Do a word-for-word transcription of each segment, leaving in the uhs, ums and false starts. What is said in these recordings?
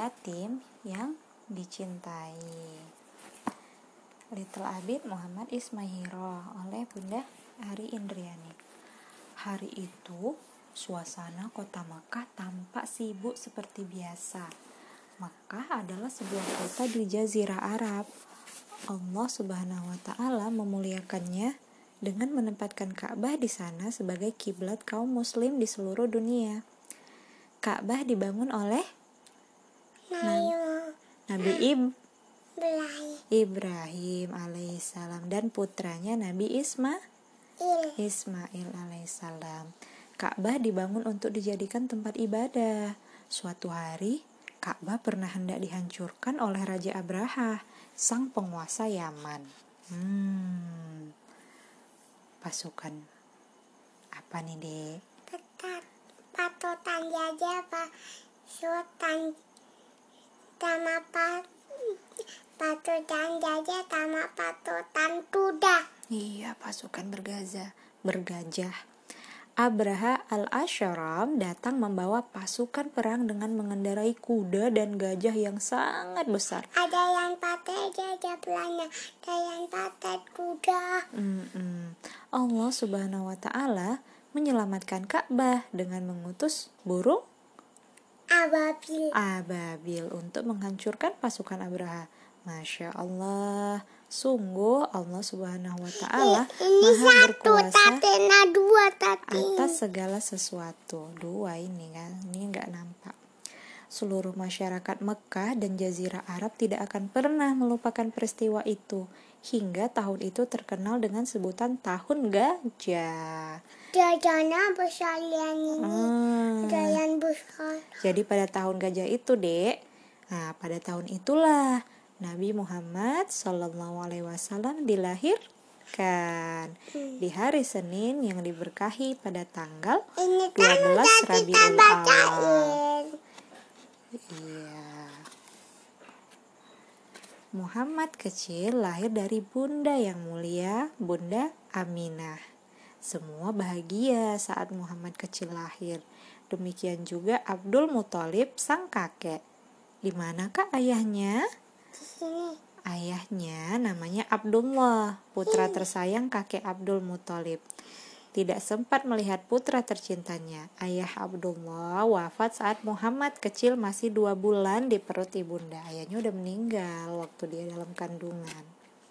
yatim yang dicintai. Little Abid Muhammad Ismairo oleh Bunda Ari Indriani. Hari itu suasana kota Makkah tampak sibuk seperti biasa. Makkah adalah sebuah kota di Jazirah Arab. Allah Subhanahu wa taala memuliakannya dengan menempatkan Ka'bah di sana sebagai kiblat kaum muslim di seluruh dunia. Ka'bah dibangun oleh Nabi, Nabi Ibrahim. Ibrahim alaihissalam dan putranya Nabi Ismail Ismail alaihissalam. Ka'bah dibangun untuk dijadikan tempat ibadah. Suatu hari, Ka'bah pernah hendak dihancurkan oleh Raja Abraha, sang penguasa Yaman. Hmm, pasukan apa nih, Dek? Pasukan jajah, pasukan sama pak pasukan jajah sama pasukan kuda. Iya, pasukan bergajah. Bergajah. Abraha al-Ashram datang membawa pasukan perang dengan mengendarai kuda dan gajah yang sangat besar. Ada yang pakai gajah belanda, ada yang pakai kuda. Mm-mm. Allah Subhanahu wa taala menyelamatkan Ka'bah dengan mengutus burung Ababil. Ababil untuk menghancurkan pasukan Abraha. Masya Allah, sungguh Allah Subhanahu wa taala Maha berkuasa dua, atas segala sesuatu. Dua ini kan, ini nggak nampak. Seluruh masyarakat Mekah dan Jazirah Arab tidak akan pernah melupakan peristiwa itu, hingga tahun itu terkenal dengan sebutan Tahun Gajah. Jajana besar yang ini. Hmm. Jalan besar. Jadi pada tahun gajah itu, Dek. Nah, pada tahun itulah Nabi Muhammad Shallallahu Alaihi Wasallam dilahirkan hmm. di hari Senin yang diberkahi pada tanggal Ini dua belas kan Rabiul Awal. Iya. Muhammad kecil lahir dari bunda yang mulia, Bunda Aminah. Semua bahagia saat Muhammad kecil lahir. Demikian juga Abdul Muthalib sang kakek. Di manakah ayahnya? Di sini. Ayahnya namanya Abdullah, putra tersayang kakek Abdul Muthalib. Tidak sempat melihat putra tercintanya. Ayah Abdullah wafat saat Muhammad kecil masih dua bulan di perut ibunda. Ayahnya udah meninggal waktu dia dalam kandungan.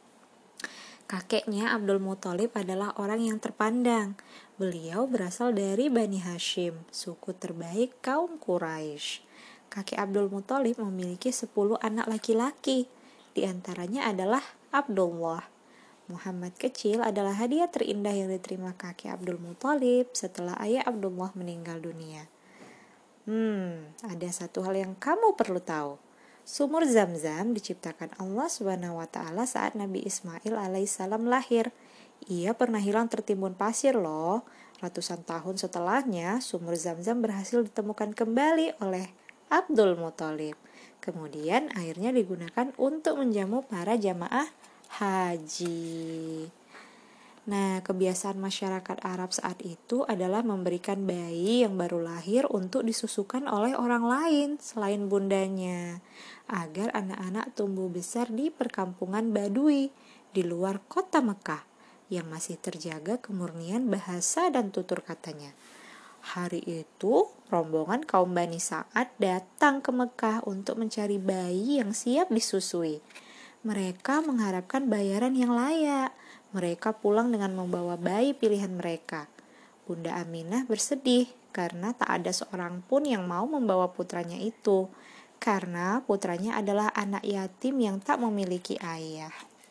Kakeknya Abdul Muthalib adalah orang yang terpandang. Beliau berasal dari Bani Hashim, suku terbaik kaum Quraisy. Kakek Abdul Muthalib memiliki sepuluh anak laki-laki. Di antaranya adalah Abdullah. Muhammad kecil adalah hadiah terindah yang diterima kakek Abdul Muthalib setelah ayah Abdullah meninggal dunia. Hmm, ada satu hal yang kamu perlu tahu. Sumur Zam-Zam diciptakan Allah Subhanahu wa taala saat Nabi Ismail alaihissalam lahir. Ia pernah hilang tertimbun pasir loh. Ratusan tahun setelahnya, sumur Zam-Zam berhasil ditemukan kembali oleh Abdul Muthalib. Kemudian airnya digunakan untuk menjamu para jamaah haji. Nah, kebiasaan masyarakat Arab saat itu adalah memberikan bayi yang baru lahir untuk disusukan oleh orang lain selain bundanya, agar anak-anak tumbuh besar di perkampungan Badui di luar kota Mekah yang masih terjaga kemurnian bahasa dan tutur katanya. Hari itu, rombongan kaum Bani Sa'ad datang ke Mekah untuk mencari bayi yang siap disusui. Mereka mengharapkan bayaran yang layak. Mereka pulang dengan membawa bayi pilihan mereka. Bunda Aminah bersedih karena tak ada seorang pun yang mau membawa putranya itu, karena putranya adalah anak yatim yang tak memiliki ayah.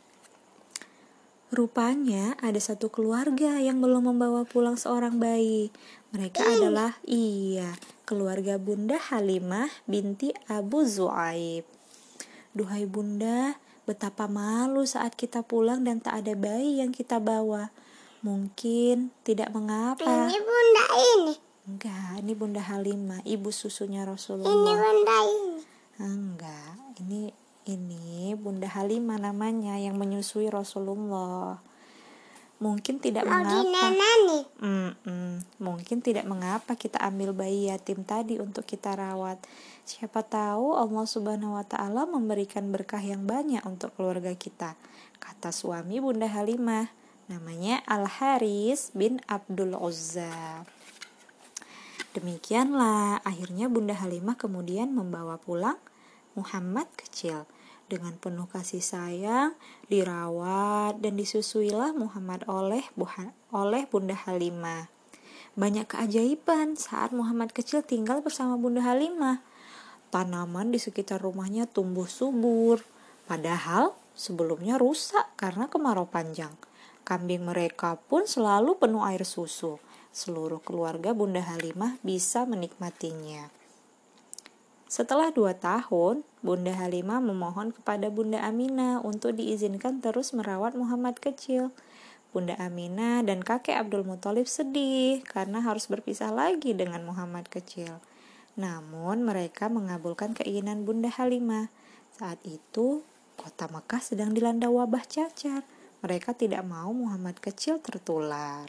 Rupanya ada satu keluarga yang belum membawa pulang seorang bayi. Mereka adalah iya, keluarga Bunda Halimah binti Abu Zu'aib. Duhai Bunda, betapa malu saat kita pulang dan tak ada bayi yang kita bawa. Mungkin tidak mengapa. Ini bunda ini. Enggak, ini Bunda Halimah, ibu susunya Rasulullah. Ini bunda ini. Enggak, ini ini Bunda Halimah namanya yang menyusui Rasulullah. Mungkin tidak Mau mengapa. dinenani. Mm-mm. Mungkin tidak mengapa kita ambil bayi yatim tadi untuk kita rawat. Siapa tahu Allah Subhanahu wa Ta'ala memberikan berkah yang banyak untuk keluarga kita, kata suami Bunda Halimah. Namanya Al-Haris bin Abdul Uzza. Demikianlah akhirnya Bunda Halimah kemudian membawa pulang Muhammad kecil. Dengan penuh kasih sayang, dirawat dan disusuilah Muhammad oleh oleh Bunda Halimah. Banyak keajaiban saat Muhammad kecil tinggal bersama Bunda Halimah. Tanaman di sekitar rumahnya tumbuh subur, padahal sebelumnya rusak karena kemarau panjang. Kambing mereka pun selalu penuh air susu. Seluruh keluarga Bunda Halimah bisa menikmatinya. Setelah dua tahun, Bunda Halimah memohon kepada Bunda Aminah untuk diizinkan terus merawat Muhammad kecil. Bunda Aminah dan kakek Abdul Muthalib sedih karena harus berpisah lagi dengan Muhammad kecil. Namun mereka mengabulkan keinginan Bunda Halimah. Saat itu, kota Mekah sedang dilanda wabah cacar. Mereka tidak mau Muhammad kecil tertular.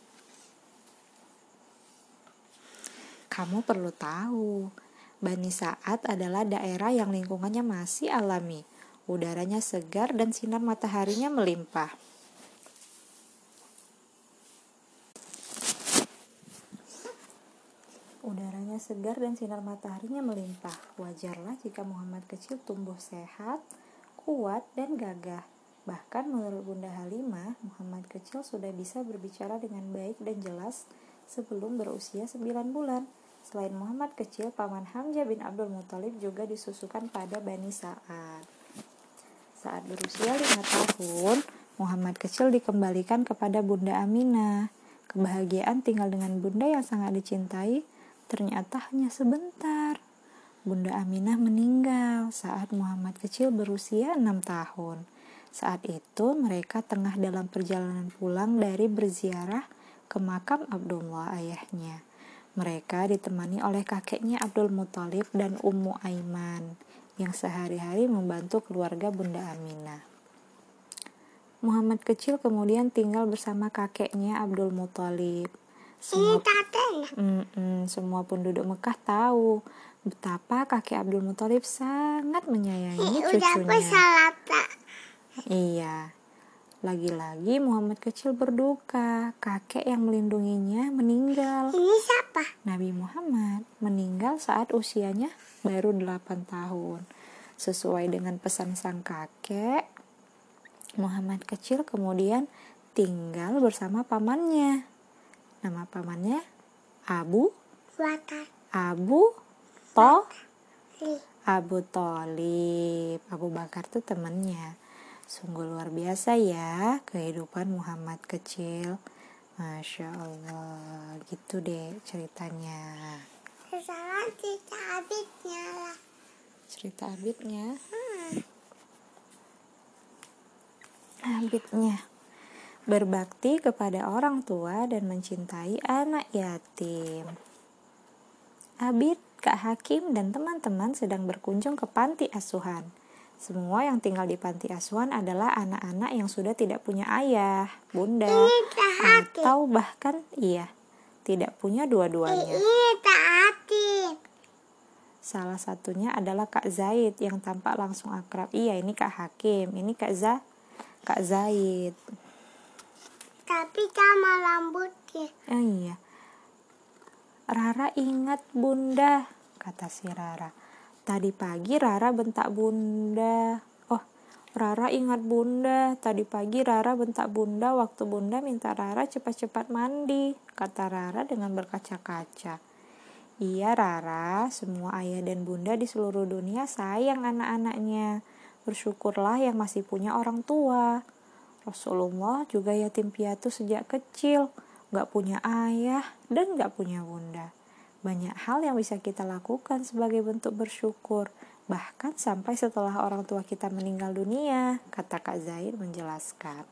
Kamu perlu tahu, Bani Sa'ad adalah daerah yang lingkungannya masih alami. Udaranya segar dan sinar mataharinya melimpah. Udaranya segar dan sinar mataharinya melimpah. Wajarlah jika Muhammad kecil tumbuh sehat, kuat, dan gagah. Bahkan menurut Bunda Halimah, Muhammad kecil sudah bisa berbicara dengan baik dan jelas sebelum berusia sembilan bulan. Selain Muhammad kecil, paman Hamzah bin Abdul Muthalib juga disusukan pada Bani Sa'ad. Saat berusia lima tahun, Muhammad kecil dikembalikan kepada Bunda Aminah. Kebahagiaan tinggal dengan bunda yang sangat dicintai ternyata hanya sebentar. Bunda Aminah meninggal saat Muhammad kecil berusia enam tahun. Saat itu mereka tengah dalam perjalanan pulang dari berziarah ke makam Abdullah ayahnya. Mereka ditemani oleh kakeknya Abdul Muthalib dan Ummu Aiman yang sehari-hari membantu keluarga Bunda Aminah. Muhammad kecil kemudian tinggal bersama kakeknya Abdul Muthalib. Semua, mm-mm, semua penduduk Mekah tahu betapa kakek Abdul Muthalib sangat menyayangi cucunya. Iya. Lagi-lagi Muhammad kecil berduka, kakek yang melindunginya meninggal. Ini siapa? Nabi Muhammad meninggal saat usianya baru delapan tahun. Sesuai dengan pesan sang kakek, Muhammad kecil kemudian tinggal bersama pamannya. Nama pamannya Abu Abu To Abu Thalib. Abu Bakar tuh temannya. Sungguh luar biasa ya kehidupan Muhammad kecil. Masya Allah. Gitu deh ceritanya. Sekarang cerita abidnya lah. Cerita abidnya. Hmm. Abidnya. Berbakti kepada orang tua dan mencintai anak yatim. Abid, Kak Hakim, dan teman-teman sedang berkunjung ke panti asuhan. Semua yang tinggal di panti asuhan adalah anak-anak yang sudah tidak punya ayah, bunda, atau bahkan iya, tidak punya dua-duanya. Ini Hakim. Salah satunya adalah Kak Zaid yang tampak langsung akrab. Iya, ini Kak Hakim, ini Kak Za, Kak Zaid. Tapi sama rambutnya. Oh iya. Rara ingat bunda, kata si Rara. Tadi pagi Rara bentak bunda. Oh, Rara ingat bunda. Tadi pagi Rara bentak bunda waktu bunda minta Rara cepat-cepat mandi, kata Rara dengan berkaca-kaca. Iya Rara, semua ayah dan bunda di seluruh dunia sayang anak-anaknya. Bersyukurlah yang masih punya orang tua. Rasulullah juga yatim piatu sejak kecil, gak punya ayah dan gak punya bunda. Banyak hal yang bisa kita lakukan sebagai bentuk bersyukur, bahkan sampai setelah orang tua kita meninggal dunia, kata Kak Zaid menjelaskan.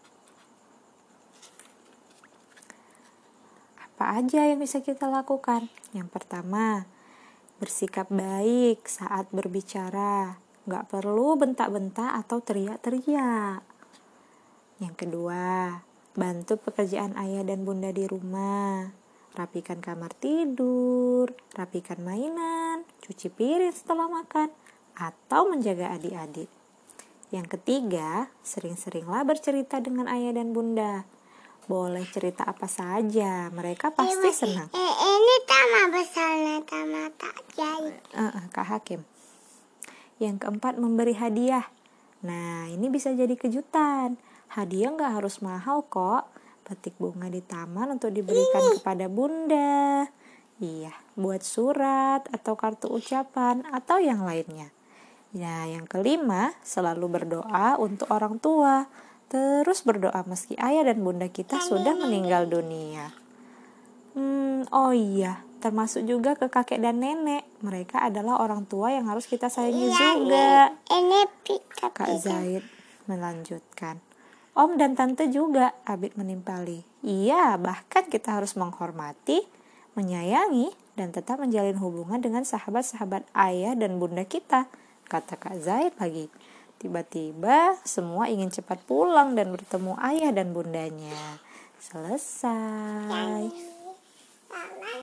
Apa aja yang bisa kita lakukan? Yang pertama, bersikap baik saat berbicara, gak perlu bentak-bentak atau teriak-teriak. Yang kedua, bantu pekerjaan ayah dan bunda di rumah. Rapikan kamar tidur, rapikan mainan, cuci piring setelah makan, atau menjaga adik-adik. Yang ketiga, sering-seringlah bercerita dengan ayah dan bunda. Boleh cerita apa saja, mereka pasti senang. Eh, ini sama besarnya sama tak jadi. Uh, uh, Kak Hakim. Yang keempat, memberi hadiah. Nah, ini bisa jadi kejutan. Hadiah nggak harus mahal kok. Petik bunga di taman untuk diberikan ini kepada bunda. Iya, buat surat atau kartu ucapan atau yang lainnya. Ya, yang kelima, selalu berdoa untuk orang tua. Terus berdoa meski ayah dan bunda kita sudah meninggal dunia. Hmm, oh iya, termasuk juga ke kakek dan nenek. Mereka adalah orang tua yang harus kita sayangi iya, juga. Ini, ini Kak Zaid melanjutkan. Om dan tante juga, Abid menimpali. Iya, bahkan kita harus menghormati, menyayangi, dan tetap menjalin hubungan dengan sahabat-sahabat ayah dan bunda kita, kata Kak Zaid lagi. Tiba-tiba semua ingin cepat pulang dan bertemu ayah dan bundanya. Selesai.